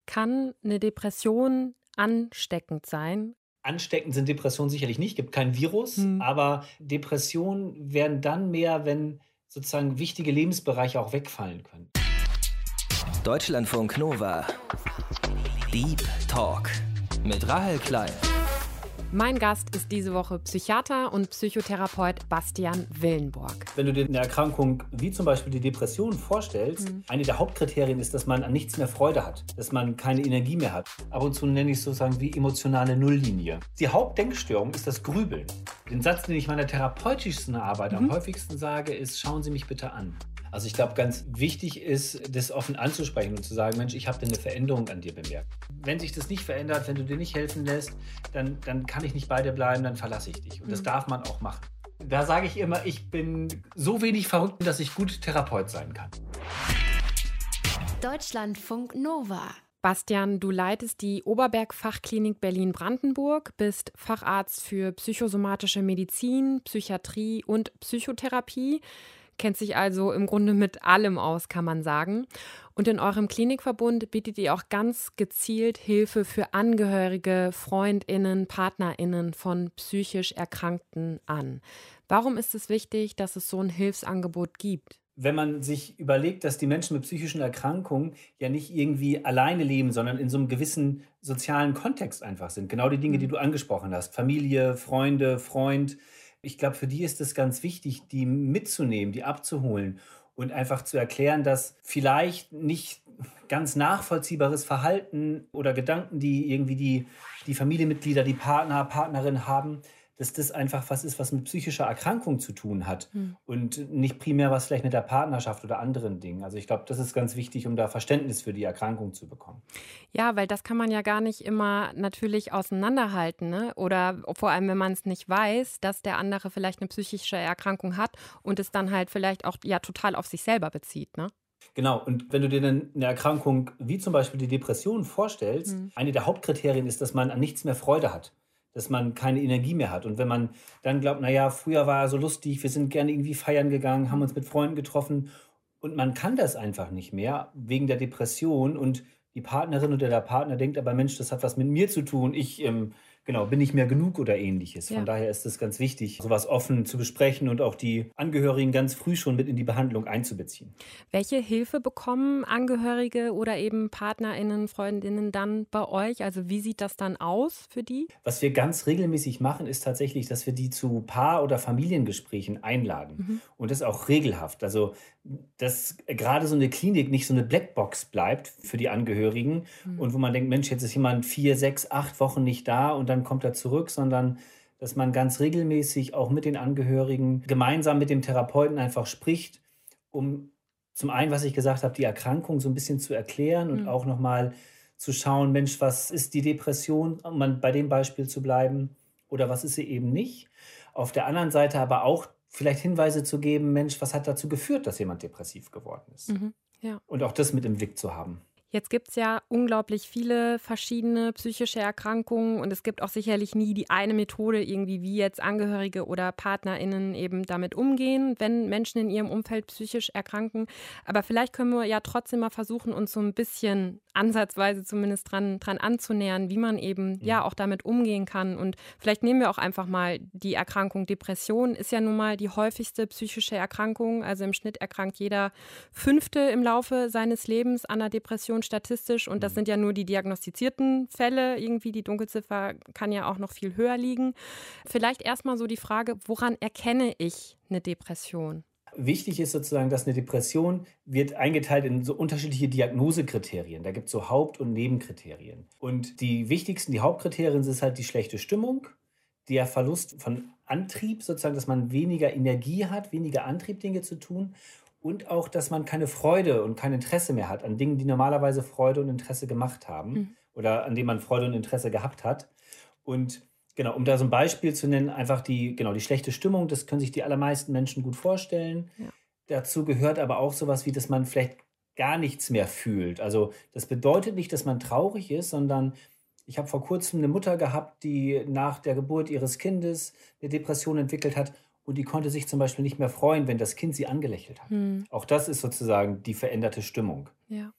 Kann eine Depression ansteckend sein? Ansteckend sind Depressionen sicherlich nicht, gibt kein Virus, Mhm. aber Depressionen werden dann mehr, wenn sozusagen wichtige Lebensbereiche auch wegfallen können. Deutschlandfunk Nova. Deep Talk mit Rahel Klein. Mein Gast ist diese Woche Psychiater und Psychotherapeut Bastian Willenborg. Wenn du dir eine Erkrankung wie zum Beispiel die Depression vorstellst, eine der Hauptkriterien ist, dass man an nichts mehr Freude hat, dass man keine Energie mehr hat. Ab und zu nenne ich es sozusagen wie emotionale Nulllinie. Die Hauptdenkstörung ist das Grübeln. Den Satz, den ich meiner therapeutischsten Arbeit am häufigsten sage, ist: Schauen Sie mich bitte an. Also ich glaube, ganz wichtig ist, das offen anzusprechen und zu sagen: Mensch, ich habe da eine Veränderung an dir bemerkt. Wenn sich das nicht verändert, wenn du dir nicht helfen lässt, dann kann ich nicht bei dir bleiben, dann verlasse ich dich. Und das darf man auch machen. Da sage ich immer, ich bin so wenig verrückt, dass ich gut Therapeut sein kann. Deutschlandfunk Nova. Bastian, du leitest die Oberberg-Fachklinik Berlin-Brandenburg, bist Facharzt für psychosomatische Medizin, Psychiatrie und Psychotherapie. Kennt sich also im Grunde mit allem aus, kann man sagen. Und in eurem Klinikverbund bietet ihr auch ganz gezielt Hilfe für Angehörige, FreundInnen, PartnerInnen von psychisch Erkrankten an. Warum ist es wichtig, dass es so ein Hilfsangebot gibt? Wenn man sich überlegt, dass die Menschen mit psychischen Erkrankungen ja nicht irgendwie alleine leben, sondern in so einem gewissen sozialen Kontext einfach sind. Genau die Dinge, die du angesprochen hast. Familie, Freunde, Freund. Ich glaube, für die ist es ganz wichtig, die mitzunehmen, die abzuholen und einfach zu erklären, dass vielleicht nicht ganz nachvollziehbares Verhalten oder Gedanken, die irgendwie die Familienmitglieder, die Partner, Partnerin haben, dass das einfach was ist, was mit psychischer Erkrankung zu tun hat und nicht primär was vielleicht mit der Partnerschaft oder anderen Dingen. Also ich glaube, das ist ganz wichtig, um da Verständnis für die Erkrankung zu bekommen. Ja, weil das kann man ja gar nicht immer natürlich auseinanderhalten, ne? Oder vor allem, wenn man es nicht weiß, dass der andere vielleicht eine psychische Erkrankung hat und es dann halt vielleicht auch ja total auf sich selber bezieht, ne? Genau, und wenn du dir dann eine Erkrankung wie zum Beispiel die Depression vorstellst, eine der Hauptkriterien ist, dass man an nichts mehr Freude hat, dass man keine Energie mehr hat. Und wenn man dann glaubt, naja, früher war er so lustig, wir sind gerne irgendwie feiern gegangen, haben uns mit Freunden getroffen und man kann das einfach nicht mehr wegen der Depression und die Partnerin oder der Partner denkt aber: Mensch, das hat was mit mir zu tun, bin nicht mehr genug oder Ähnliches. Von Ja. daher ist es ganz wichtig, sowas offen zu besprechen und auch die Angehörigen ganz früh schon mit in die Behandlung einzubeziehen. Welche Hilfe bekommen Angehörige oder eben PartnerInnen, Freundinnen dann bei euch? Also wie sieht das dann aus für die? Was wir ganz regelmäßig machen, ist tatsächlich, dass wir die zu Paar- oder Familiengesprächen einladen. Und das auch regelhaft. Also, dass gerade so eine Klinik nicht so eine Blackbox bleibt für die Angehörigen und wo man denkt: Mensch, jetzt ist jemand 4, 6, 8 Wochen nicht da und dann kommt er zurück, sondern dass man ganz regelmäßig auch mit den Angehörigen gemeinsam mit dem Therapeuten einfach spricht, um zum einen, was ich gesagt habe, die Erkrankung so ein bisschen zu erklären und auch nochmal zu schauen: Mensch, was ist die Depression, um mal bei dem Beispiel zu bleiben, oder was ist sie eben nicht. Auf der anderen Seite aber auch vielleicht Hinweise zu geben: Mensch, was hat dazu geführt, dass jemand depressiv geworden ist? Ja. Und auch das mit im Blick zu haben. Jetzt gibt es ja unglaublich viele verschiedene psychische Erkrankungen und es gibt auch sicherlich nie die eine Methode irgendwie, wie jetzt Angehörige oder PartnerInnen eben damit umgehen, wenn Menschen in ihrem Umfeld psychisch erkranken. Aber vielleicht können wir ja trotzdem mal versuchen, uns so ein bisschen ansatzweise zumindest dran anzunähern, wie man eben ja auch damit umgehen kann. Und vielleicht nehmen wir auch einfach mal die Erkrankung Depression, ist ja nun mal die häufigste psychische Erkrankung. Also im Schnitt erkrankt jeder Fünfte im Laufe seines Lebens an einer Depression statistisch. Und das sind ja nur die diagnostizierten Fälle. Irgendwie die Dunkelziffer kann ja auch noch viel höher liegen. Vielleicht erstmal so die Frage, woran erkenne ich eine Depression? Wichtig ist sozusagen, dass eine Depression wird eingeteilt in so unterschiedliche Diagnosekriterien. Da gibt es so Haupt- und Nebenkriterien. Und die wichtigsten, die Hauptkriterien sind halt die schlechte Stimmung, der Verlust von Antrieb, sozusagen, dass man weniger Energie hat, weniger Antrieb, Dinge zu tun. Und auch, dass man keine Freude und kein Interesse mehr hat an Dingen, die normalerweise Freude und Interesse gemacht haben oder an denen man Freude und Interesse gehabt hat. Und genau, um da so ein Beispiel zu nennen, einfach die schlechte Stimmung, das können sich die allermeisten Menschen gut vorstellen. Ja. Dazu gehört aber auch sowas wie, dass man vielleicht gar nichts mehr fühlt. Also das bedeutet nicht, dass man traurig ist, sondern ich habe vor kurzem eine Mutter gehabt, die nach der Geburt ihres Kindes eine Depression entwickelt hat und die konnte sich zum Beispiel nicht mehr freuen, wenn das Kind sie angelächelt hat. Auch das ist sozusagen die veränderte Stimmung. Ja.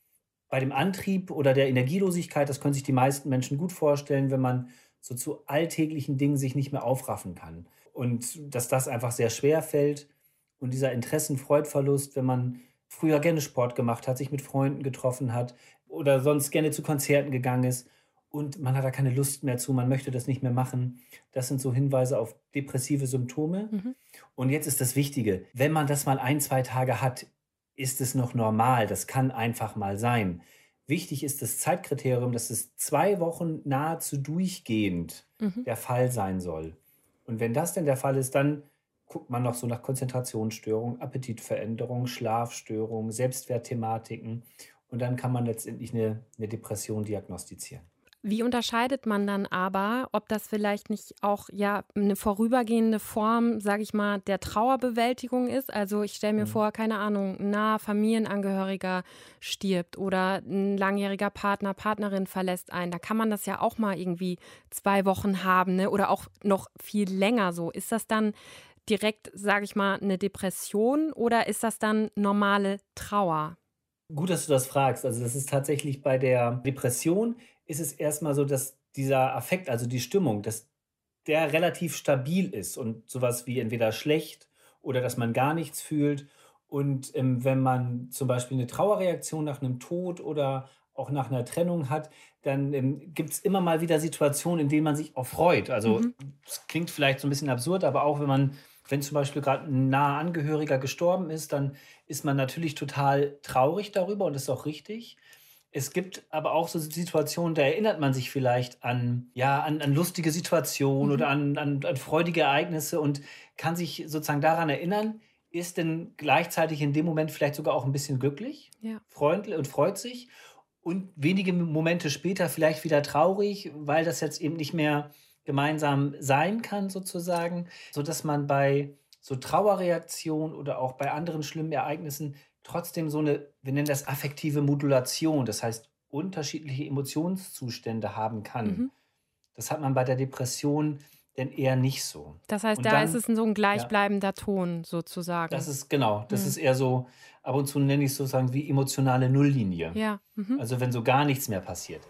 bei dem Antrieb oder der Energielosigkeit, das können sich die meisten Menschen gut vorstellen, wenn man so zu alltäglichen Dingen sich nicht mehr aufraffen kann. Und dass das einfach sehr schwer fällt. Und dieser Interessen-Freudverlust, wenn man früher gerne Sport gemacht hat, sich mit Freunden getroffen hat oder sonst gerne zu Konzerten gegangen ist und man hat da keine Lust mehr zu, man möchte das nicht mehr machen. Das sind so Hinweise auf depressive Symptome. Und jetzt ist das Wichtige, wenn man das mal 1, 2 Tage hat, ist es noch normal. Das kann einfach mal sein. Wichtig ist das Zeitkriterium, dass es 2 Wochen nahezu durchgehend der Fall sein soll. Und wenn das denn der Fall ist, dann guckt man noch so nach Konzentrationsstörungen, Appetitveränderungen, Schlafstörungen, Selbstwertthematiken. Und dann kann man letztendlich eine Depression diagnostizieren. Wie unterscheidet man dann aber, ob das vielleicht nicht auch eine vorübergehende Form, sage ich mal, der Trauerbewältigung ist? Also ich stelle mir vor, keine Ahnung, ein naher Familienangehöriger stirbt oder ein langjähriger Partner, Partnerin verlässt einen. Da kann man das ja auch mal irgendwie 2 Wochen haben, ne? Oder auch noch viel länger so. Ist das dann direkt, sage ich mal, eine Depression oder ist das dann normale Trauer? Gut, dass du das fragst. Also das ist tatsächlich bei der Depression ist es erstmal so, dass dieser Affekt, also die Stimmung, dass der relativ stabil ist und sowas wie entweder schlecht oder dass man gar nichts fühlt. Und wenn man zum Beispiel eine Trauerreaktion nach einem Tod oder auch nach einer Trennung hat, dann gibt es immer mal wieder Situationen, in denen man sich auch freut. Also es klingt vielleicht so ein bisschen absurd, aber auch wenn zum Beispiel gerade ein naher Angehöriger gestorben ist, dann ist man natürlich total traurig darüber und das ist auch richtig. Es gibt aber auch so Situationen, da erinnert man sich vielleicht an lustige Situationen oder an freudige Ereignisse und kann sich sozusagen daran erinnern, ist denn gleichzeitig in dem Moment vielleicht sogar auch ein bisschen glücklich, freundlich und freut sich und wenige Momente später vielleicht wieder traurig, weil das jetzt eben nicht mehr gemeinsam sein kann sozusagen, sodass man bei so Trauerreaktionen oder auch bei anderen schlimmen Ereignissen trotzdem so eine, wir nennen das affektive Modulation, das heißt unterschiedliche Emotionszustände haben kann. Das hat man bei der Depression denn eher nicht so. Das heißt, Und da dann, ist es so ein gleichbleibender Ton sozusagen. das ist eher so, ab und zu nenne ich es sozusagen wie emotionale Nulllinie. Ja. Also wenn so gar nichts mehr passiert.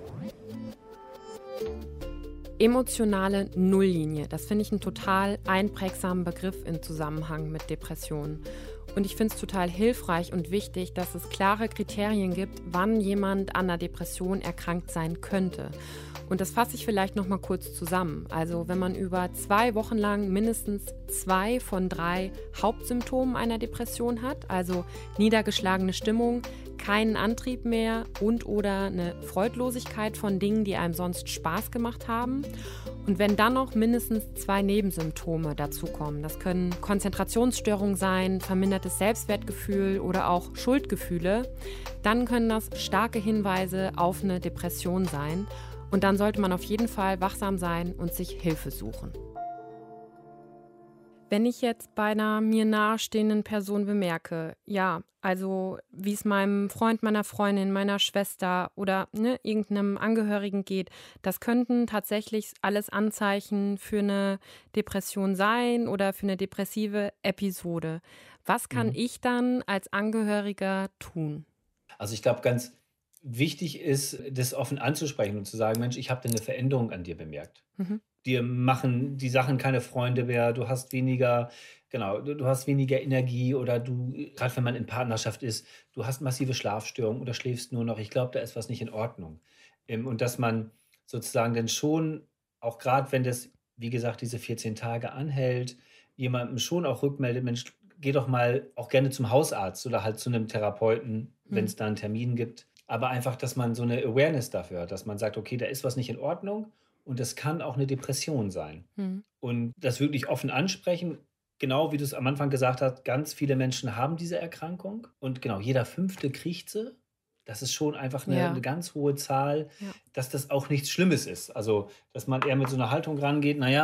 Emotionale Nulllinie, das finde ich einen total einprägsamen Begriff im Zusammenhang mit Depressionen. Und ich finde es total hilfreich und wichtig, dass es klare Kriterien gibt, wann jemand an einer Depression erkrankt sein könnte. Und das fasse ich vielleicht noch mal kurz zusammen. Also wenn man über 2 Wochen lang mindestens 2 von 3 Hauptsymptomen einer Depression hat, also niedergeschlagene Stimmung, keinen Antrieb mehr und oder eine Freudlosigkeit von Dingen, die einem sonst Spaß gemacht haben. Und wenn dann noch mindestens 2 Nebensymptome dazukommen, das können Konzentrationsstörungen sein, vermindertes Selbstwertgefühl oder auch Schuldgefühle, dann können das starke Hinweise auf eine Depression sein. Und dann sollte man auf jeden Fall wachsam sein und sich Hilfe suchen. Wenn ich jetzt bei einer mir nahestehenden Person bemerke, also wie es meinem Freund, meiner Freundin, meiner Schwester oder irgendeinem Angehörigen geht, das könnten tatsächlich alles Anzeichen für eine Depression sein oder für eine depressive Episode. Was kann ich dann als Angehöriger tun? Also ich glaube, ganz wichtig ist, das offen anzusprechen und zu sagen, Mensch, ich habe da eine Veränderung an dir bemerkt. Dir machen die Sachen keine Freunde mehr, du hast weniger Energie oder du, gerade wenn man in Partnerschaft ist, du hast massive Schlafstörungen oder schläfst nur noch. Ich glaube, da ist was nicht in Ordnung. Und dass man sozusagen dann schon, auch gerade wenn das, wie gesagt, diese 14 Tage anhält, jemandem schon auch rückmeldet, Mensch, geh doch mal auch gerne zum Hausarzt oder halt zu einem Therapeuten, wenn es da einen Termin gibt. Aber einfach, dass man so eine Awareness dafür hat, dass man sagt, okay, da ist was nicht in Ordnung und das kann auch eine Depression sein. Und das wirklich offen ansprechen, genau wie du es am Anfang gesagt hast, ganz viele Menschen haben diese Erkrankung und genau, jeder 5. kriegt sie. Das ist schon einfach eine ganz hohe Zahl, dass das auch nichts Schlimmes ist. Also, dass man eher mit so einer Haltung rangeht, naja,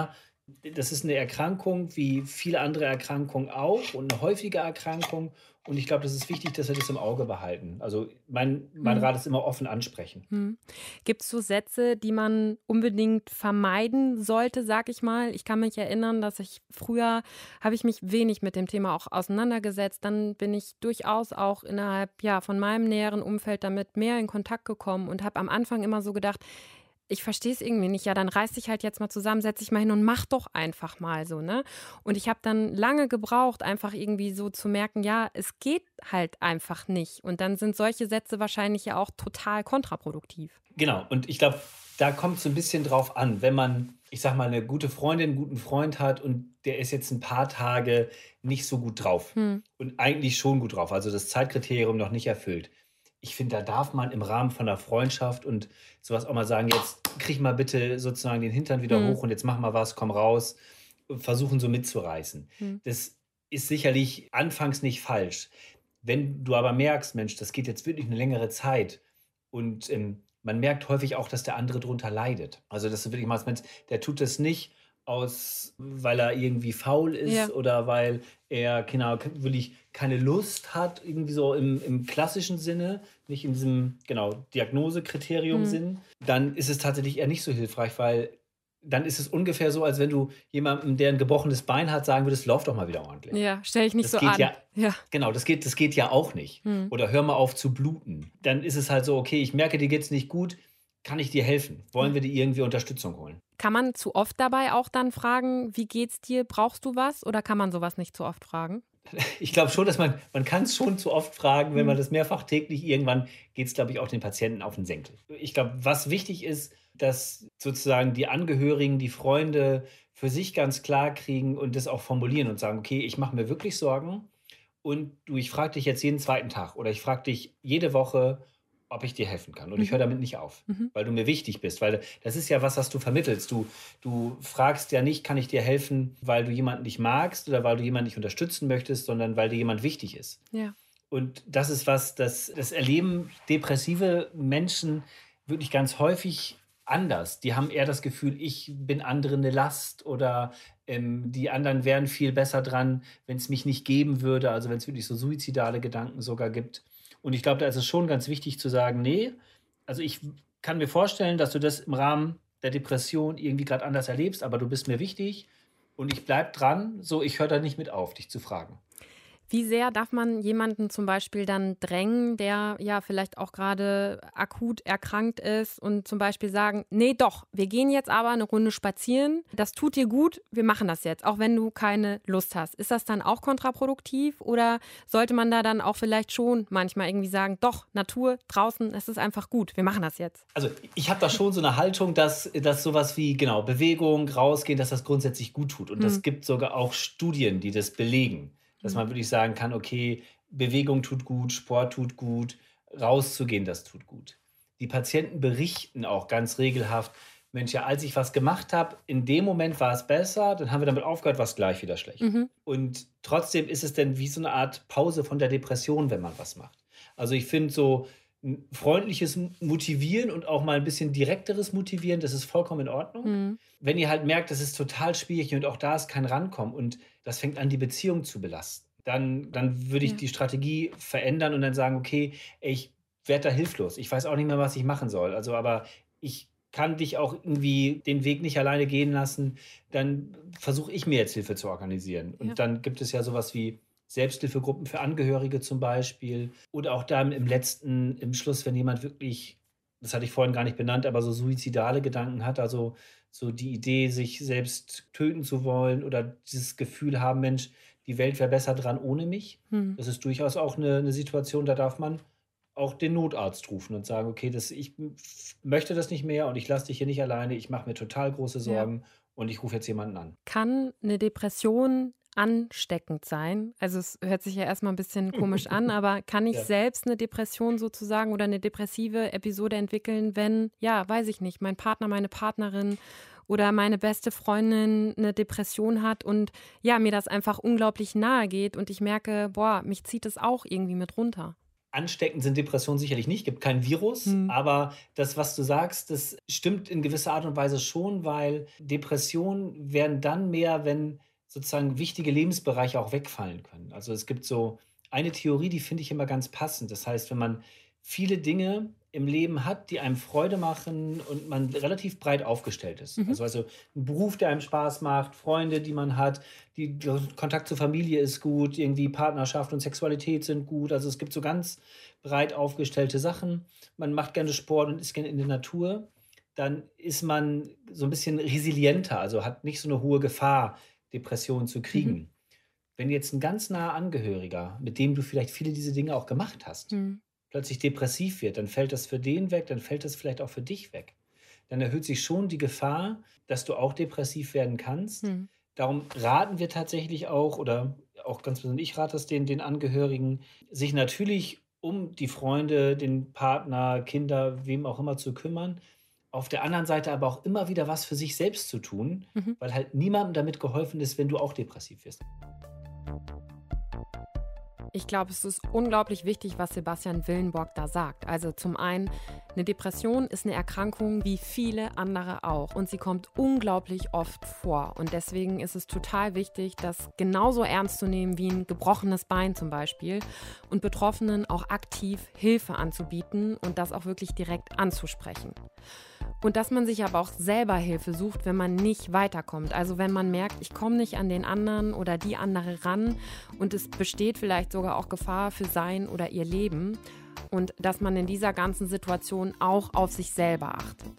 Das ist eine Erkrankung wie viele andere Erkrankungen auch und eine häufige Erkrankung. Und ich glaube, das ist wichtig, dass wir das im Auge behalten. Also mein Hm. Rat ist immer offen ansprechen. Gibt es so Sätze, die man unbedingt vermeiden sollte, sag ich mal? Ich kann mich erinnern, dass früher habe ich mich wenig mit dem Thema auch auseinandergesetzt. Dann bin ich durchaus auch innerhalb von meinem näheren Umfeld damit mehr in Kontakt gekommen und habe am Anfang immer so gedacht, ich verstehe es irgendwie nicht. Ja, dann reiß dich halt jetzt mal zusammen, setz dich mal hin und mach doch einfach mal so, ne? Und ich habe dann lange gebraucht, einfach irgendwie so zu merken, ja, es geht halt einfach nicht. Und dann sind solche Sätze wahrscheinlich ja auch total kontraproduktiv. Genau, und ich glaube, da kommt es so ein bisschen drauf an, wenn man, ich sag mal, eine gute Freundin, einen guten Freund hat und der ist jetzt ein paar Tage nicht so gut drauf und eigentlich schon gut drauf, also das Zeitkriterium noch nicht erfüllt. Ich finde, da darf man im Rahmen von einer Freundschaft und sowas auch mal sagen, jetzt krieg mal bitte sozusagen den Hintern wieder hoch und jetzt mach mal was, komm raus, und versuchen so mitzureißen. Das ist sicherlich anfangs nicht falsch. Wenn du aber merkst, Mensch, das geht jetzt wirklich eine längere Zeit und man merkt häufig auch, dass der andere drunter leidet. Also, dass du wirklich machst, Mensch, der tut das nicht weil er irgendwie faul ist Ja. oder weil er wirklich keine Lust hat, irgendwie so im klassischen Sinne, nicht in diesem Diagnosekriterium-Sinn, dann ist es tatsächlich eher nicht so hilfreich, weil dann ist es ungefähr so, als wenn du jemandem, der ein gebrochenes Bein hat, sagen würdest, lauf doch mal wieder ordentlich. Ja, stell ich nicht Das so geht an. ja, Ja. genau, das geht ja auch nicht. Oder hör mal auf zu bluten. Dann ist es halt so, okay, ich merke, dir geht's nicht gut, kann ich dir helfen? Wollen wir dir irgendwie Unterstützung holen? Kann man zu oft dabei auch dann fragen, wie geht's dir, brauchst du was? Oder kann man sowas nicht zu oft fragen? Ich glaube schon, dass man kann es schon zu oft fragen, wenn man das mehrfach täglich, irgendwann geht es, glaube ich, auch den Patienten auf den Senkel. Ich glaube, was wichtig ist, dass sozusagen die Angehörigen, die Freunde für sich ganz klar kriegen und das auch formulieren und sagen, okay, ich mache mir wirklich Sorgen und du, ich frage dich jetzt jeden zweiten Tag oder ich frage dich jede Woche, ob ich dir helfen kann. Und ich höre damit nicht auf, weil du mir wichtig bist, weil das ist ja was du vermittelst. Du fragst ja nicht, kann ich dir helfen, weil du jemanden nicht magst oder weil du jemanden nicht unterstützen möchtest, sondern weil dir jemand wichtig ist. Ja. Und das ist was, das erleben depressive Menschen wirklich ganz häufig anders. Die haben eher das Gefühl, ich bin anderen eine Last oder die anderen wären viel besser dran, wenn es mich nicht geben würde, also wenn es wirklich so suizidale Gedanken sogar gibt. Und ich glaube, da ist es schon ganz wichtig zu sagen, nee, also ich kann mir vorstellen, dass du das im Rahmen der Depression irgendwie gerade anders erlebst, aber du bist mir wichtig und ich bleib dran, so ich höre da nicht mit auf, dich zu fragen. Wie sehr darf man jemanden zum Beispiel dann drängen, der ja vielleicht auch gerade akut erkrankt ist und zum Beispiel sagen, nee doch, wir gehen jetzt aber eine Runde spazieren, das tut dir gut, wir machen das jetzt, auch wenn du keine Lust hast. Ist das dann auch kontraproduktiv oder sollte man da dann auch vielleicht schon manchmal irgendwie sagen, doch, Natur, draußen, es ist einfach gut, wir machen das jetzt? Also ich habe da schon so eine Haltung, dass sowas wie Bewegung, rausgehen, dass das grundsätzlich gut tut. Und das gibt sogar auch Studien, die das belegen. Dass man wirklich sagen kann, okay, Bewegung tut gut, Sport tut gut, rauszugehen, das tut gut. Die Patienten berichten auch ganz regelhaft, Mensch, ja, als ich was gemacht habe, in dem Moment war es besser, dann haben wir damit aufgehört, war es gleich wieder schlecht. Und trotzdem ist es dann wie so eine Art Pause von der Depression, wenn man was macht. Also ich finde so ein freundliches Motivieren und auch mal ein bisschen direkteres Motivieren, das ist vollkommen in Ordnung. Wenn ihr halt merkt, das ist total schwierig und auch da ist kein Rankommen und das fängt an, die Beziehung zu belasten, dann würde ich die Strategie verändern und dann sagen, okay, ich werde da hilflos. Ich weiß auch nicht mehr, was ich machen soll. Also, aber ich kann dich auch irgendwie den Weg nicht alleine gehen lassen. Dann versuche ich mir jetzt Hilfe zu organisieren. Und dann gibt es ja sowas wie Selbsthilfegruppen für Angehörige zum Beispiel. Oder auch dann im Schluss, wenn jemand wirklich, das hatte ich vorhin gar nicht benannt, aber so suizidale Gedanken hat, also so die Idee, sich selbst töten zu wollen oder dieses Gefühl haben, Mensch, die Welt wäre besser dran ohne mich. Das ist durchaus auch eine Situation, da darf man auch den Notarzt rufen und sagen, okay, ich möchte das nicht mehr und ich lasse dich hier nicht alleine, ich mache mir total große Sorgen und ich rufe jetzt jemanden an. Kann eine Depression ansteckend sein? Also es hört sich ja erstmal ein bisschen komisch an, aber kann ich selbst eine Depression sozusagen oder eine depressive Episode entwickeln, wenn, weiß ich nicht, mein Partner, meine Partnerin oder meine beste Freundin eine Depression hat und mir das einfach unglaublich nahe geht und ich merke, mich zieht es auch irgendwie mit runter. Ansteckend sind Depressionen sicherlich nicht, gibt kein Virus, aber das, was du sagst, das stimmt in gewisser Art und Weise schon, weil Depressionen werden dann mehr, wenn sozusagen wichtige Lebensbereiche auch wegfallen können. Also es gibt so eine Theorie, die finde ich immer ganz passend. Das heißt, wenn man viele Dinge im Leben hat, die einem Freude machen und man relativ breit aufgestellt ist. Also ein Beruf, der einem Spaß macht, Freunde, die man hat, der Kontakt zur Familie ist gut, irgendwie Partnerschaft und Sexualität sind gut. Also es gibt so ganz breit aufgestellte Sachen. Man macht gerne Sport und ist gerne in der Natur. Dann ist man so ein bisschen resilienter, also hat nicht so eine hohe Gefahr, Depressionen zu kriegen. Wenn jetzt ein ganz naher Angehöriger, mit dem du vielleicht viele diese Dinge auch gemacht hast, plötzlich depressiv wird, dann fällt das für den weg, dann fällt das vielleicht auch für dich weg. Dann erhöht sich schon die Gefahr, dass du auch depressiv werden kannst. Darum raten wir tatsächlich auch, oder auch ganz besonders ich rate es den Angehörigen, sich natürlich um die Freunde, den Partner, Kinder, wem auch immer zu kümmern. Auf der anderen Seite aber auch immer wieder was für sich selbst zu tun, weil halt niemandem damit geholfen ist, wenn du auch depressiv wirst. Ich glaube, es ist unglaublich wichtig, was Sebastian Willenborg da sagt. Also zum einen, eine Depression ist eine Erkrankung wie viele andere auch und sie kommt unglaublich oft vor. Und deswegen ist es total wichtig, das genauso ernst zu nehmen wie ein gebrochenes Bein zum Beispiel und Betroffenen auch aktiv Hilfe anzubieten und das auch wirklich direkt anzusprechen. Und dass man sich aber auch selber Hilfe sucht, wenn man nicht weiterkommt. Also wenn man merkt, ich komme nicht an den anderen oder die andere ran und es besteht vielleicht sogar auch Gefahr für sein oder ihr Leben. Und dass man in dieser ganzen Situation auch auf sich selber achtet.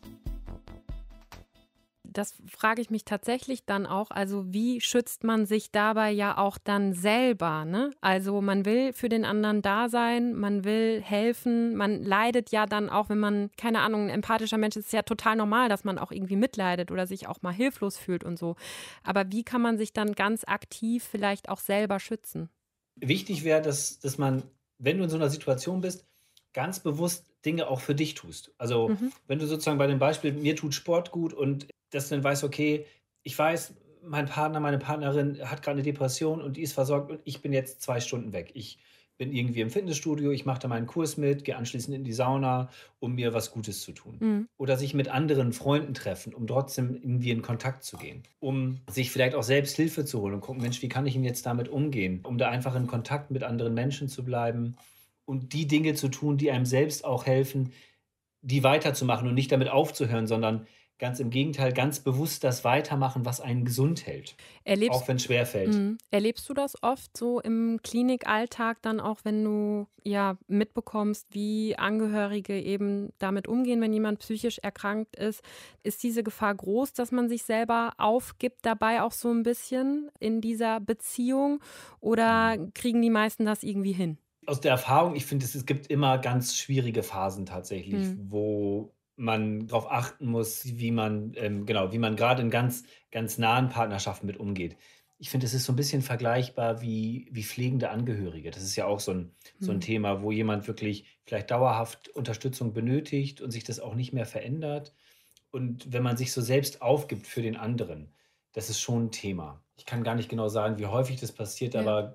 Das frage ich mich tatsächlich dann auch, also wie schützt man sich dabei ja auch dann selber, ne? Also man will für den anderen da sein, man will helfen, man leidet ja dann auch, wenn man, keine Ahnung, ein empathischer Mensch ist, ja total normal, dass man auch irgendwie mitleidet oder sich auch mal hilflos fühlt und so. Aber wie kann man sich dann ganz aktiv vielleicht auch selber schützen? Wichtig wäre, dass man, wenn du in so einer Situation bist, ganz bewusst Dinge auch für dich tust. Also wenn du sozusagen bei dem Beispiel, mir tut Sport gut und dass du dann weißt, okay, ich weiß, mein Partner, meine Partnerin hat gerade eine Depression und die ist versorgt und ich bin jetzt 2 Stunden weg. Ich bin irgendwie im Fitnessstudio, ich mache da meinen Kurs mit, gehe anschließend in die Sauna, um mir was Gutes zu tun. Oder sich mit anderen Freunden treffen, um trotzdem irgendwie in Kontakt zu gehen. Um sich vielleicht auch selbst Hilfe zu holen und gucken, Mensch, wie kann ich denn jetzt damit umgehen? Um da einfach in Kontakt mit anderen Menschen zu bleiben und die Dinge zu tun, die einem selbst auch helfen, die weiterzumachen und nicht damit aufzuhören, sondern ganz im Gegenteil, ganz bewusst das weitermachen, was einen gesund hält. Auch wenn es schwerfällt. Erlebst du das oft so im Klinikalltag dann auch, wenn du ja mitbekommst, wie Angehörige eben damit umgehen, wenn jemand psychisch erkrankt ist? Ist diese Gefahr groß, dass man sich selber aufgibt dabei auch so ein bisschen in dieser Beziehung? Oder kriegen die meisten das irgendwie hin? Aus der Erfahrung, ich finde, es gibt immer ganz schwierige Phasen tatsächlich, wo man darauf achten muss, wie man gerade in ganz, ganz nahen Partnerschaften mit umgeht. Ich finde, es ist so ein bisschen vergleichbar wie pflegende Angehörige. Das ist ja auch so ein Thema, wo jemand wirklich vielleicht dauerhaft Unterstützung benötigt und sich das auch nicht mehr verändert. Und wenn man sich so selbst aufgibt für den anderen, das ist schon ein Thema. Ich kann gar nicht genau sagen, wie häufig das passiert, aber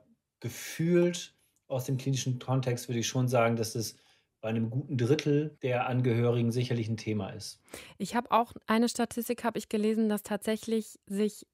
gefühlt aus dem klinischen Kontext würde ich schon sagen, dass es bei einem guten Drittel der Angehörigen sicherlich ein Thema ist. Ich habe auch eine Statistik, habe ich gelesen, dass tatsächlich sich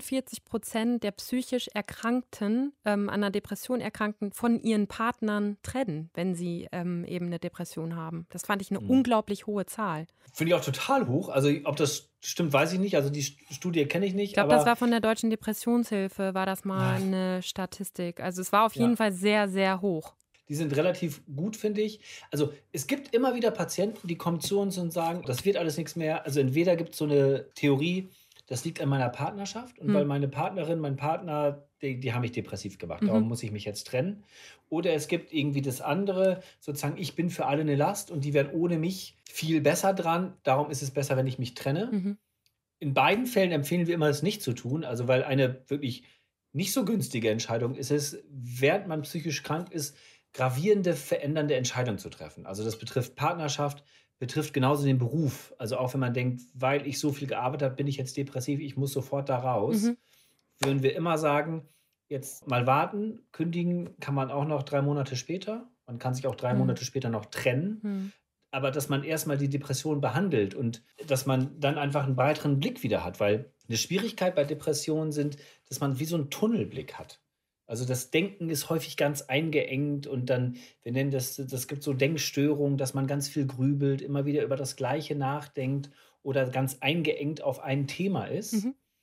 45% der psychisch Erkrankten, an einer Depression Erkrankten, von ihren Partnern trennen, wenn sie eben eine Depression haben. Das fand ich eine unglaublich hohe Zahl. Finde ich auch total hoch. Also ob das stimmt, weiß ich nicht. Also die Studie kenne ich nicht. Ich glaube, das war von der Deutschen Depressionshilfe, war das mal eine Statistik. Also es war auf jeden Fall sehr, sehr hoch. Die sind relativ gut, finde ich. Also es gibt immer wieder Patienten, die kommen zu uns und sagen, das wird alles nichts mehr. Also entweder gibt es so eine Theorie, das liegt an meiner Partnerschaft und weil meine Partnerin, mein Partner, die haben mich depressiv gemacht, darum muss ich mich jetzt trennen. Oder es gibt irgendwie das andere, sozusagen, ich bin für alle eine Last und die werden ohne mich viel besser dran. Darum ist es besser, wenn ich mich trenne. In beiden Fällen empfehlen wir immer, es nicht zu tun. Also weil eine wirklich nicht so günstige Entscheidung ist es, während man psychisch krank ist, gravierende, verändernde Entscheidungen zu treffen. Also das betrifft Partnerschaft, betrifft genauso den Beruf. Also auch wenn man denkt, weil ich so viel gearbeitet habe, bin ich jetzt depressiv, ich muss sofort da raus. Würden wir immer sagen, jetzt mal warten, kündigen kann man auch noch 3 Monate später. Man kann sich auch 3 Monate später noch trennen. Aber dass man erstmal die Depression behandelt und dass man dann einfach einen breiteren Blick wieder hat. Weil eine Schwierigkeit bei Depressionen sind, dass man wie so einen Tunnelblick hat. Also das Denken ist häufig ganz eingeengt und dann, wir nennen das gibt so Denkstörungen, dass man ganz viel grübelt, immer wieder über das Gleiche nachdenkt oder ganz eingeengt auf ein Thema ist.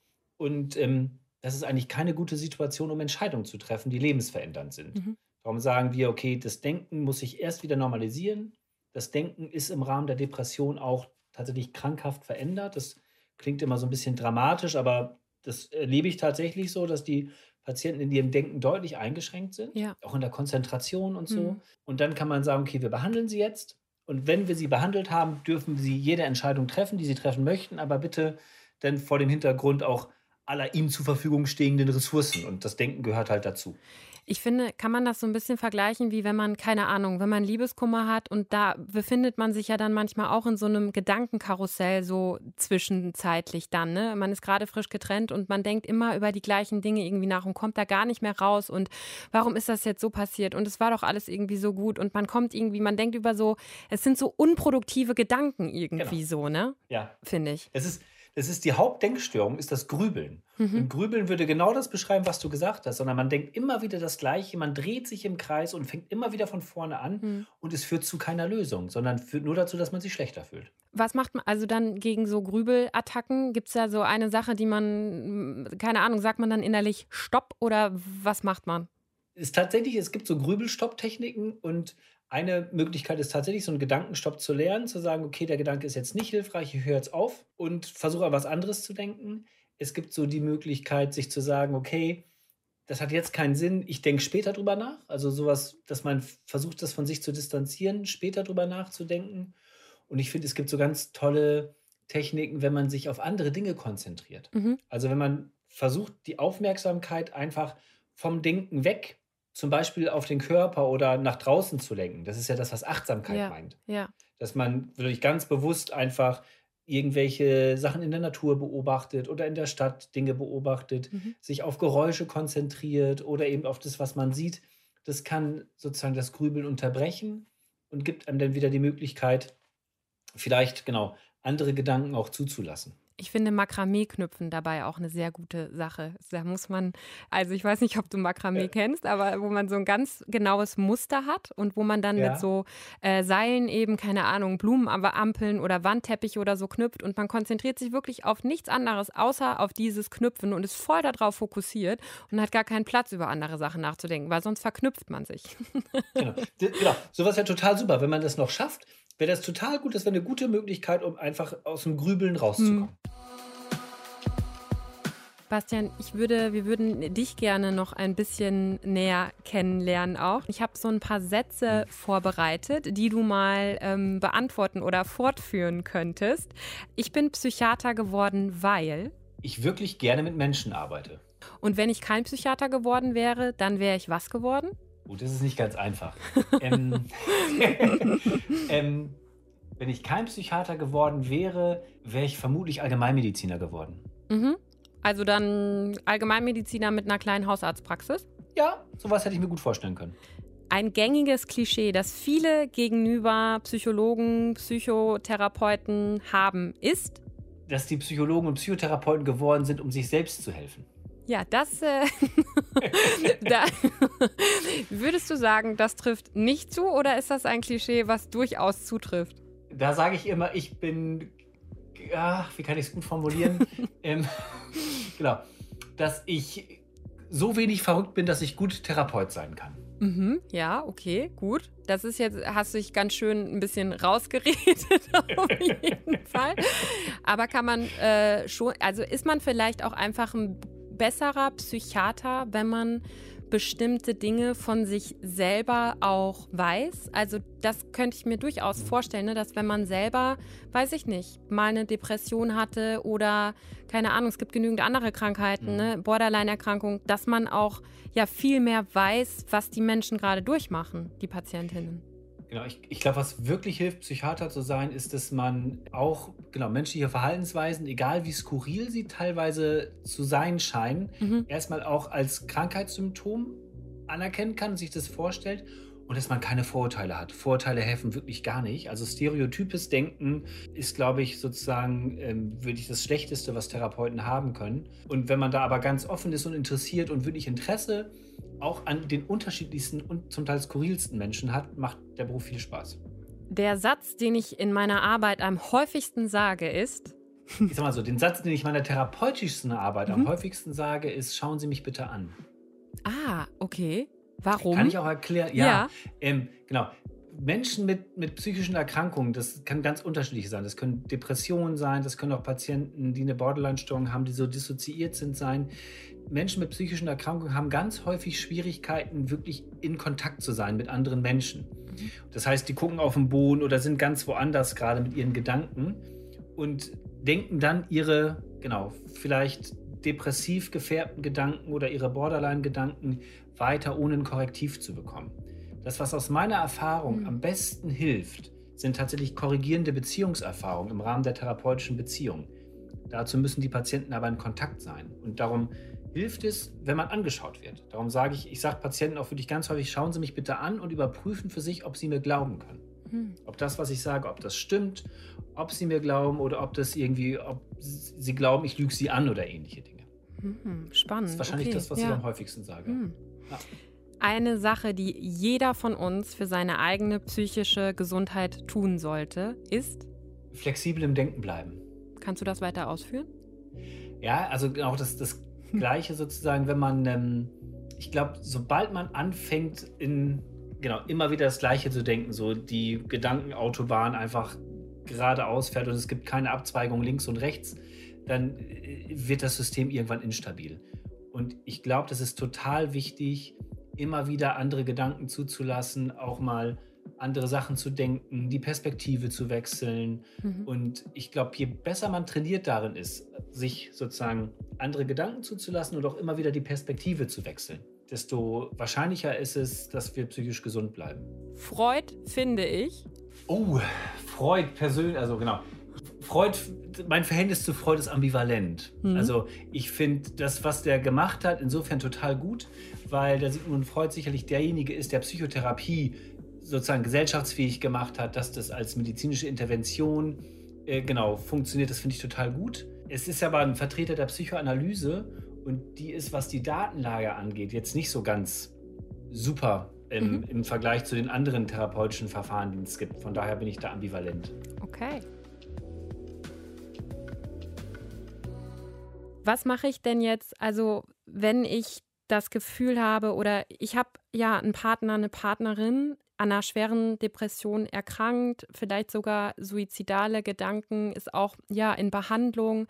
Und das ist eigentlich keine gute Situation, um Entscheidungen zu treffen, die lebensverändernd sind. Darum sagen wir, okay, das Denken muss sich erst wieder normalisieren. Das Denken ist im Rahmen der Depression auch tatsächlich krankhaft verändert. Das klingt immer so ein bisschen dramatisch, aber das erlebe ich tatsächlich so, dass die Patienten in ihrem Denken deutlich eingeschränkt sind, auch in der Konzentration und so. Und dann kann man sagen, okay, wir behandeln sie jetzt. Und wenn wir sie behandelt haben, dürfen sie jede Entscheidung treffen, die sie treffen möchten, aber bitte dann vor dem Hintergrund auch aller ihm zur Verfügung stehenden Ressourcen. Und das Denken gehört halt dazu. Ich finde, kann man das so ein bisschen vergleichen, wie wenn man, keine Ahnung, wenn man Liebeskummer hat und da befindet man sich ja dann manchmal auch in so einem Gedankenkarussell so zwischenzeitlich dann, ne? Man ist gerade frisch getrennt und man denkt immer über die gleichen Dinge irgendwie nach und kommt da gar nicht mehr raus und warum ist das jetzt so passiert und es war doch alles irgendwie so gut und man kommt irgendwie, man denkt über so, es sind so unproduktive Gedanken irgendwie so, ne? Ja. Finde ich. Es ist die Hauptdenkstörung, ist das Grübeln. Und Grübeln würde genau das beschreiben, was du gesagt hast, sondern man denkt immer wieder das Gleiche, man dreht sich im Kreis und fängt immer wieder von vorne an und es führt zu keiner Lösung, sondern führt nur dazu, dass man sich schlechter fühlt. Was macht man also dann gegen so Grübelattacken? Gibt es da so eine Sache, die man, keine Ahnung, sagt man dann innerlich Stopp oder was macht man? Es gibt so Grübelstopptechniken und eine Möglichkeit ist tatsächlich, so einen Gedankenstopp zu lernen, zu sagen, okay, der Gedanke ist jetzt nicht hilfreich, ich höre jetzt auf und versuche an was anderes zu denken. Es gibt so die Möglichkeit, sich zu sagen, okay, das hat jetzt keinen Sinn, ich denke später drüber nach. Also sowas, dass man versucht, das von sich zu distanzieren, später drüber nachzudenken. Und ich finde, es gibt so ganz tolle Techniken, wenn man sich auf andere Dinge konzentriert. Also wenn man versucht, die Aufmerksamkeit einfach vom Denken weg, zum Beispiel auf den Körper oder nach draußen zu lenken. Das ist ja das, was Achtsamkeit meint. Ja. Dass man wirklich ganz bewusst einfach irgendwelche Sachen in der Natur beobachtet oder in der Stadt Dinge beobachtet, sich auf Geräusche konzentriert oder eben auf das, was man sieht. Das kann sozusagen das Grübeln unterbrechen und gibt einem dann wieder die Möglichkeit, vielleicht andere Gedanken auch zuzulassen. Ich finde Makramee-Knüpfen dabei auch eine sehr gute Sache. Da muss man, also ich weiß nicht, ob du Makramee kennst, aber wo man so ein ganz genaues Muster hat und wo man dann mit so Seilen eben, keine Ahnung, Blumenampeln oder Wandteppich oder so knüpft und man konzentriert sich wirklich auf nichts anderes, außer auf dieses Knüpfen und ist voll darauf fokussiert und hat gar keinen Platz, über andere Sachen nachzudenken, weil sonst verknüpft man sich. Genau, sowas wäre total super, wenn man das noch schafft. Wäre das total gut, das wäre eine gute Möglichkeit, um einfach aus dem Grübeln rauszukommen. Bastian, wir würden dich gerne noch ein bisschen näher kennenlernen auch. Ich habe so ein paar Sätze vorbereitet, die du mal beantworten oder fortführen könntest. Ich bin Psychiater geworden, weil ich wirklich gerne mit Menschen arbeite. Und wenn ich kein Psychiater geworden wäre, dann wäre ich was geworden? Oh, das ist nicht ganz einfach. Wenn ich kein Psychiater geworden wäre, wäre ich vermutlich Allgemeinmediziner geworden. Also dann Allgemeinmediziner mit einer kleinen Hausarztpraxis? Ja, sowas hätte ich mir gut vorstellen können. Ein gängiges Klischee, das viele gegenüber Psychologen, Psychotherapeuten haben, ist? Dass die Psychologen und Psychotherapeuten geworden sind, um sich selbst zu helfen. Ja, das würdest du sagen, das trifft nicht zu oder ist das ein Klischee, was durchaus zutrifft? Da sage ich immer, ich bin, wie kann ich es gut formulieren? Dass ich so wenig verrückt bin, dass ich gut Therapeut sein kann. Ja, okay, gut. Das ist jetzt, hast du dich ganz schön ein bisschen rausgeredet, auf jeden Fall. Aber kann man schon, also ist man vielleicht auch einfach ein besserer Psychiater, wenn man bestimmte Dinge von sich selber auch weiß? Also das könnte ich mir durchaus vorstellen, ne? Dass wenn man selber, weiß ich nicht, mal eine Depression hatte oder, keine Ahnung, es gibt genügend andere Krankheiten, ne? Borderline-Erkrankung, dass man auch ja viel mehr weiß, was die Menschen gerade durchmachen, die Patientinnen. Genau, ich glaube, was wirklich hilft, Psychiater zu sein, ist, dass man auch menschliche Verhaltensweisen, egal wie skurril sie teilweise zu sein scheinen, erstmal auch als Krankheitssymptom anerkennen kann und sich das vorstellt und dass man keine Vorurteile hat. Vorurteile helfen wirklich gar nicht. Also stereotypes Denken ist, glaube ich, sozusagen wirklich das Schlechteste, was Therapeuten haben können. Und wenn man da aber ganz offen ist und interessiert und wirklich Interesse auch an den unterschiedlichsten und zum Teil skurrilsten Menschen hat, macht der Beruf viel Spaß. Der Satz, den ich in meiner Arbeit am häufigsten sage, ist... Ich sag mal so, den Satz, den ich in meiner therapeutischsten Arbeit am häufigsten sage, ist: Schauen Sie mich bitte an. Ah, okay. Warum? Kann ich auch erklären? Ja. Genau. Menschen mit psychischen Erkrankungen, das kann ganz unterschiedlich sein. Das können Depressionen sein, das können auch Patienten, die eine Borderline-Störung haben, die so dissoziiert sind, sein. Menschen mit psychischen Erkrankungen haben ganz häufig Schwierigkeiten, wirklich in Kontakt zu sein mit anderen Menschen. Das heißt, die gucken auf den Boden oder sind ganz woanders gerade mit ihren Gedanken und denken dann ihre, vielleicht depressiv gefärbten Gedanken oder ihre Borderline-Gedanken weiter, ohne ein Korrektiv zu bekommen. Das, was aus meiner Erfahrung am besten hilft, sind tatsächlich korrigierende Beziehungserfahrungen im Rahmen der therapeutischen Beziehung. Dazu müssen die Patienten aber in Kontakt sein. Und darum hilft es, wenn man angeschaut wird. Darum sage ich sage Patienten auch wirklich ganz häufig: Schauen Sie mich bitte an und überprüfen für sich, ob Sie mir glauben können. Ob das, was ich sage, ob das stimmt, ob Sie mir glauben oder ob Sie glauben, ich lüge Sie an oder ähnliche Dinge. Spannend. Das ist wahrscheinlich das, was ich am häufigsten sage. Ja. Eine Sache, die jeder von uns für seine eigene psychische Gesundheit tun sollte, ist... Flexibel im Denken bleiben. Kannst du das weiter ausführen? Ja, also auch das Gleiche sozusagen, wenn man, ich glaube, sobald man anfängt, immer wieder das Gleiche zu denken, so die Gedankenautobahn einfach geradeaus fährt und es gibt keine Abzweigung links und rechts, dann wird das System irgendwann instabil. Und ich glaube, das ist total wichtig, immer wieder andere Gedanken zuzulassen, auch mal andere Sachen zu denken, die Perspektive zu wechseln. Und ich glaube, je besser man trainiert darin ist, sich sozusagen andere Gedanken zuzulassen und auch immer wieder die Perspektive zu wechseln, desto wahrscheinlicher ist es, dass wir psychisch gesund bleiben. Freud, finde ich. Oh, Freud persönlich, also genau. Freud, mein Verhältnis zu Freud ist ambivalent. Also ich finde das, was der gemacht hat, insofern total gut, weil der Sigmund Freud sicherlich derjenige ist, der Psychotherapie sozusagen gesellschaftsfähig gemacht hat, dass das als medizinische Intervention funktioniert. Das finde ich total gut. Es ist aber ein Vertreter der Psychoanalyse und die ist, was die Datenlage angeht, jetzt nicht so ganz super im Vergleich zu den anderen therapeutischen Verfahren, die es gibt. Von daher bin ich da ambivalent. Okay. Was mache ich denn jetzt, also wenn ich das Gefühl habe oder ich habe ja einen Partner, eine Partnerin an einer schweren Depression erkrankt, vielleicht sogar suizidale Gedanken, ist auch in Behandlung.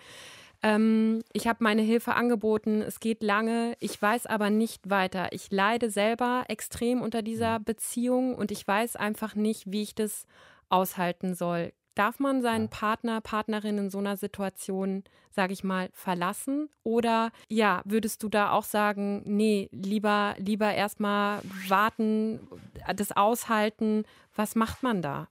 Ich habe meine Hilfe angeboten, es geht lange, ich weiß aber nicht weiter. Ich leide selber extrem unter dieser Beziehung und ich weiß einfach nicht, wie ich das aushalten soll. Darf man seinen Partner, Partnerin in so einer Situation, sage ich mal, verlassen? Oder würdest du da auch sagen, nee, lieber erstmal warten, das aushalten? Was macht man da?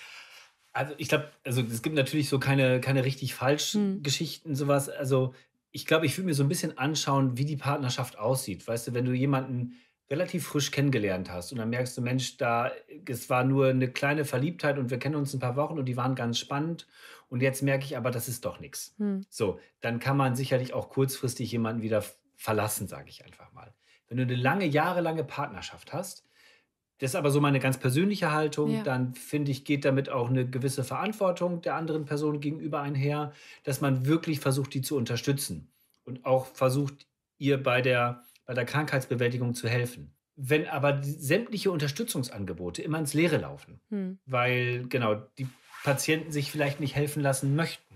Also ich glaube, es gibt natürlich so keine richtig falschen Geschichten, sowas. Also ich glaube, ich würde mir so ein bisschen anschauen, wie die Partnerschaft aussieht. Weißt du, wenn du jemanden relativ frisch kennengelernt hast und dann merkst du, Mensch, es war nur eine kleine Verliebtheit und wir kennen uns ein paar Wochen und die waren ganz spannend und jetzt merke ich aber, das ist doch nichts. So, dann kann man sicherlich auch kurzfristig jemanden wieder verlassen, sage ich einfach mal. Wenn du eine jahrelange Partnerschaft hast, das ist aber so meine ganz persönliche Haltung, dann finde ich, geht damit auch eine gewisse Verantwortung der anderen Person gegenüber einher, dass man wirklich versucht, die zu unterstützen und auch versucht, ihr bei der Krankheitsbewältigung zu helfen. Wenn aber sämtliche Unterstützungsangebote immer ins Leere laufen, weil die Patienten sich vielleicht nicht helfen lassen möchten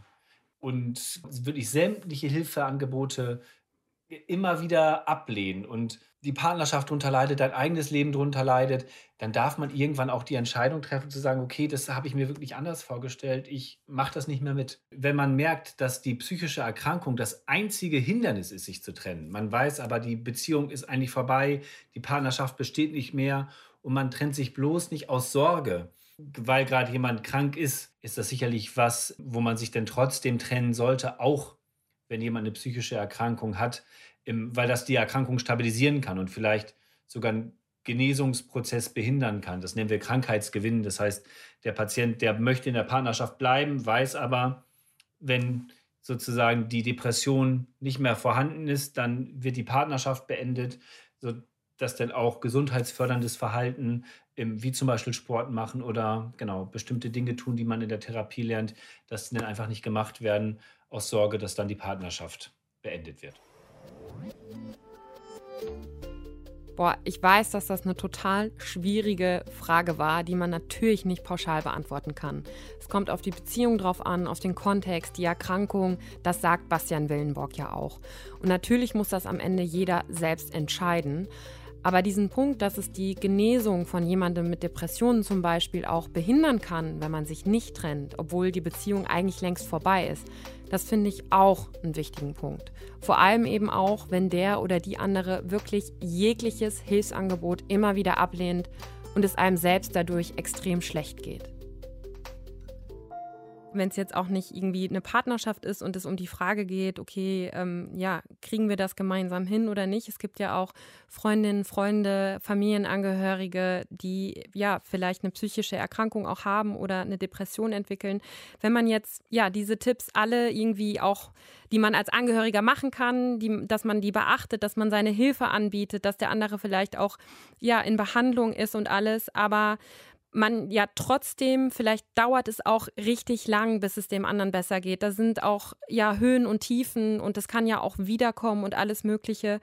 und wirklich sämtliche Hilfeangebote immer wieder ablehnen und die Partnerschaft darunter leidet, dein eigenes Leben darunter leidet, dann darf man irgendwann auch die Entscheidung treffen, zu sagen, okay, das habe ich mir wirklich anders vorgestellt, ich mache das nicht mehr mit. Wenn man merkt, dass die psychische Erkrankung das einzige Hindernis ist, sich zu trennen, man weiß aber, die Beziehung ist eigentlich vorbei, die Partnerschaft besteht nicht mehr und man trennt sich bloß nicht aus Sorge, weil gerade jemand krank ist das sicherlich was, wo man sich denn trotzdem trennen sollte, auch wenn jemand eine psychische Erkrankung hat, weil das die Erkrankung stabilisieren kann und vielleicht sogar Genesungsprozess behindern kann. Das nennen wir Krankheitsgewinn. Das heißt, der Patient, der möchte in der Partnerschaft bleiben, weiß aber, wenn sozusagen die Depression nicht mehr vorhanden ist, dann wird die Partnerschaft beendet, sodass dann auch gesundheitsförderndes Verhalten, wie zum Beispiel Sport machen oder genau bestimmte Dinge tun, die man in der Therapie lernt, dass die dann einfach nicht gemacht werden, aus Sorge, dass dann die Partnerschaft beendet wird. Boah, ich weiß, dass das eine total schwierige Frage war, die man natürlich nicht pauschal beantworten kann. Es kommt auf die Beziehung drauf an, auf den Kontext, die Erkrankung. Das sagt Bastian Willenborg ja auch. Und natürlich muss das am Ende jeder selbst entscheiden. Aber diesen Punkt, dass es die Genesung von jemandem mit Depressionen zum Beispiel auch behindern kann, wenn man sich nicht trennt, obwohl die Beziehung eigentlich längst vorbei ist, das finde ich auch einen wichtigen Punkt. Vor allem eben auch, wenn der oder die andere wirklich jegliches Hilfsangebot immer wieder ablehnt und es einem selbst dadurch extrem schlecht geht. Wenn es jetzt auch nicht irgendwie eine Partnerschaft ist und es um die Frage geht, okay, kriegen wir das gemeinsam hin oder nicht? Es gibt ja auch Freundinnen, Freunde, Familienangehörige, die ja vielleicht eine psychische Erkrankung auch haben oder eine Depression entwickeln. Wenn man jetzt diese Tipps alle irgendwie auch, die man als Angehöriger machen kann, dass man die beachtet, dass man seine Hilfe anbietet, dass der andere vielleicht auch in Behandlung ist und alles, aber man trotzdem, vielleicht dauert es auch richtig lang, bis es dem anderen besser geht. Da sind auch Höhen und Tiefen und das kann ja auch wiederkommen und alles Mögliche.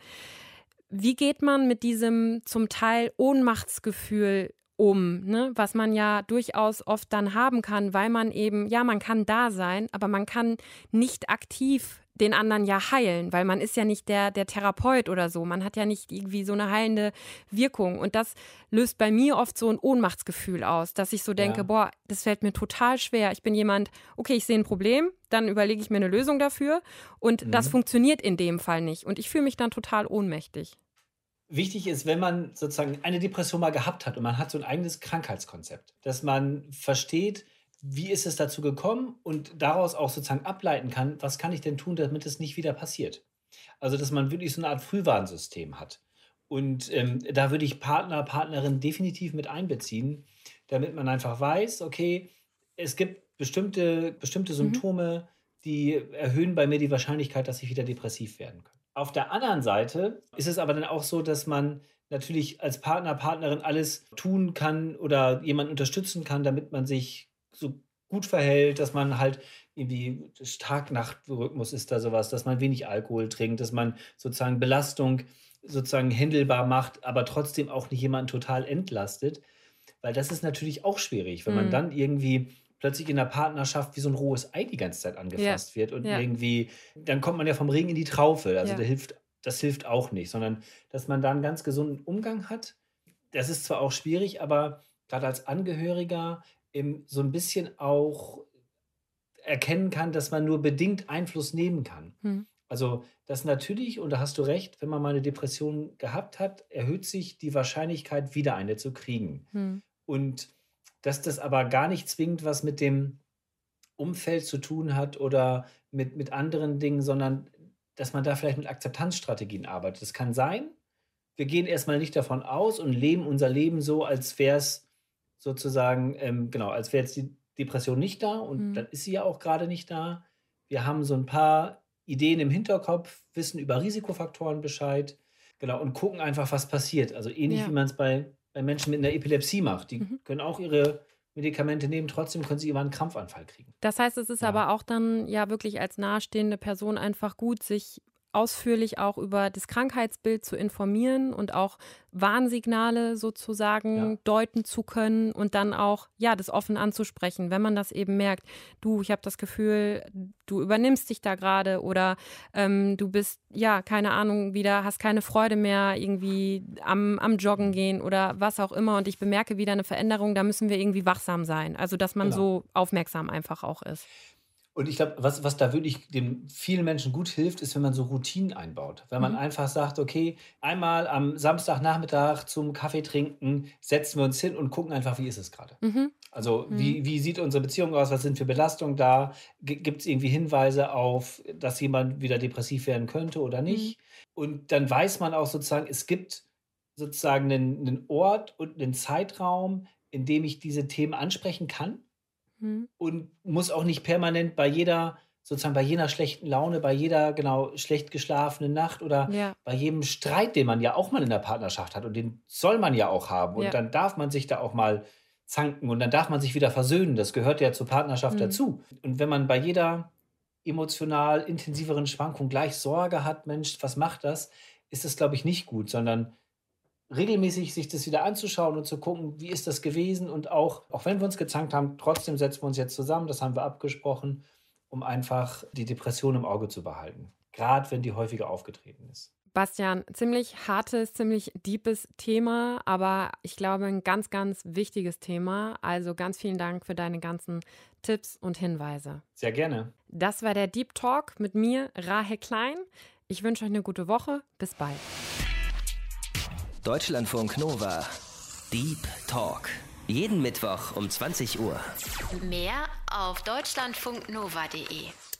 Wie geht man mit diesem zum Teil Ohnmachtsgefühl um, ne? Was man ja durchaus oft dann haben kann, weil man eben, man kann da sein, aber man kann nicht aktiv den anderen ja heilen, weil man ist ja nicht der Therapeut oder so. Man hat ja nicht irgendwie so eine heilende Wirkung. Und das löst bei mir oft so ein Ohnmachtsgefühl aus, dass ich so denke, das fällt mir total schwer. Ich bin jemand, okay, ich sehe ein Problem, dann überlege ich mir eine Lösung dafür und das funktioniert in dem Fall nicht. Und ich fühle mich dann total ohnmächtig. Wichtig ist, wenn man sozusagen eine Depression mal gehabt hat und man hat so ein eigenes Krankheitskonzept, dass man versteht, wie ist es dazu gekommen und daraus auch sozusagen ableiten kann, was kann ich denn tun, damit es nicht wieder passiert. Also, dass man wirklich so eine Art Frühwarnsystem hat. Und da würde ich Partner, Partnerin definitiv mit einbeziehen, damit man einfach weiß, okay, es gibt bestimmte Symptome, die erhöhen bei mir die Wahrscheinlichkeit, dass ich wieder depressiv werden kann. Auf der anderen Seite ist es aber dann auch so, dass man natürlich als Partner, Partnerin alles tun kann oder jemanden unterstützen kann, damit man sich so gut verhält, dass man halt irgendwie Tag-Nacht-Rhythmus ist da sowas, dass man wenig Alkohol trinkt, dass man sozusagen Belastung sozusagen händelbar macht, aber trotzdem auch nicht jemanden total entlastet, weil das ist natürlich auch schwierig, wenn man dann irgendwie plötzlich in der Partnerschaft wie so ein rohes Ei die ganze Zeit angefasst wird und irgendwie, dann kommt man ja vom Regen in die Traufe, also das hilft auch nicht, sondern dass man da einen ganz gesunden Umgang hat. Das ist zwar auch schwierig, aber gerade als Angehöriger so ein bisschen auch erkennen kann, dass man nur bedingt Einfluss nehmen kann. Also das natürlich, und da hast du recht, wenn man mal eine Depression gehabt hat, erhöht sich die Wahrscheinlichkeit, wieder eine zu kriegen. Und dass das aber gar nicht zwingend was mit dem Umfeld zu tun hat oder mit anderen Dingen, sondern dass man da vielleicht mit Akzeptanzstrategien arbeitet. Das kann sein, wir gehen erstmal nicht davon aus und leben unser Leben so, als wäre es sozusagen, als wäre jetzt die Depression nicht da und dann ist sie ja auch gerade nicht da. Wir haben so ein paar Ideen im Hinterkopf, wissen über Risikofaktoren Bescheid, und gucken einfach, was passiert. Also ähnlich wie man es bei Menschen mit einer Epilepsie macht. Die können auch ihre Medikamente nehmen, trotzdem können sie immer einen Krampfanfall kriegen. Das heißt, es ist aber auch dann wirklich als nahestehende Person einfach gut, sich ausführlich auch über das Krankheitsbild zu informieren und auch Warnsignale sozusagen deuten zu können und dann auch das offen anzusprechen, wenn man das eben merkt, ich habe das Gefühl, du übernimmst dich da gerade oder du bist, keine Ahnung, hast keine Freude mehr irgendwie am Joggen gehen oder was auch immer und ich bemerke wieder eine Veränderung, da müssen wir irgendwie wachsam sein, also dass man so aufmerksam einfach auch ist. Und ich glaube, was da wirklich den vielen Menschen gut hilft, ist, wenn man so Routinen einbaut. Wenn man einfach sagt, okay, einmal am Samstagnachmittag zum Kaffee trinken, setzen wir uns hin und gucken einfach, wie ist es gerade. Also wie sieht unsere Beziehung aus, was sind für Belastungen da, gibt es irgendwie Hinweise auf, dass jemand wieder depressiv werden könnte oder nicht. Und dann weiß man auch sozusagen, es gibt sozusagen einen Ort und einen Zeitraum, in dem ich diese Themen ansprechen kann und muss auch nicht permanent bei jeder schlechten Laune, bei jeder schlecht geschlafenen Nacht oder Ja, bei jedem Streit, den man ja auch mal in der Partnerschaft hat und den soll man ja auch haben und ja. dann darf man sich da auch mal zanken und dann darf man sich wieder versöhnen. Das gehört ja zur Partnerschaft Mhm. dazu. Und wenn man bei jeder emotional intensiveren Schwankung gleich Sorge hat, Mensch, was macht das, ist das, glaube ich, nicht gut, sondern regelmäßig sich das wieder anzuschauen und zu gucken, wie ist das gewesen und auch wenn wir uns gezankt haben, trotzdem setzen wir uns jetzt zusammen, das haben wir abgesprochen, um einfach die Depression im Auge zu behalten. Gerade wenn die häufiger aufgetreten ist. Bastian, ziemlich hartes, ziemlich deepes Thema, aber ich glaube ein ganz, ganz wichtiges Thema. Also ganz vielen Dank für deine ganzen Tipps und Hinweise. Sehr gerne. Das war der Deep Talk mit mir, Rahel Klein. Ich wünsche euch eine gute Woche. Bis bald. Deutschlandfunk Nova. Deep Talk. Jeden Mittwoch um 20 Uhr. Mehr auf deutschlandfunknova.de.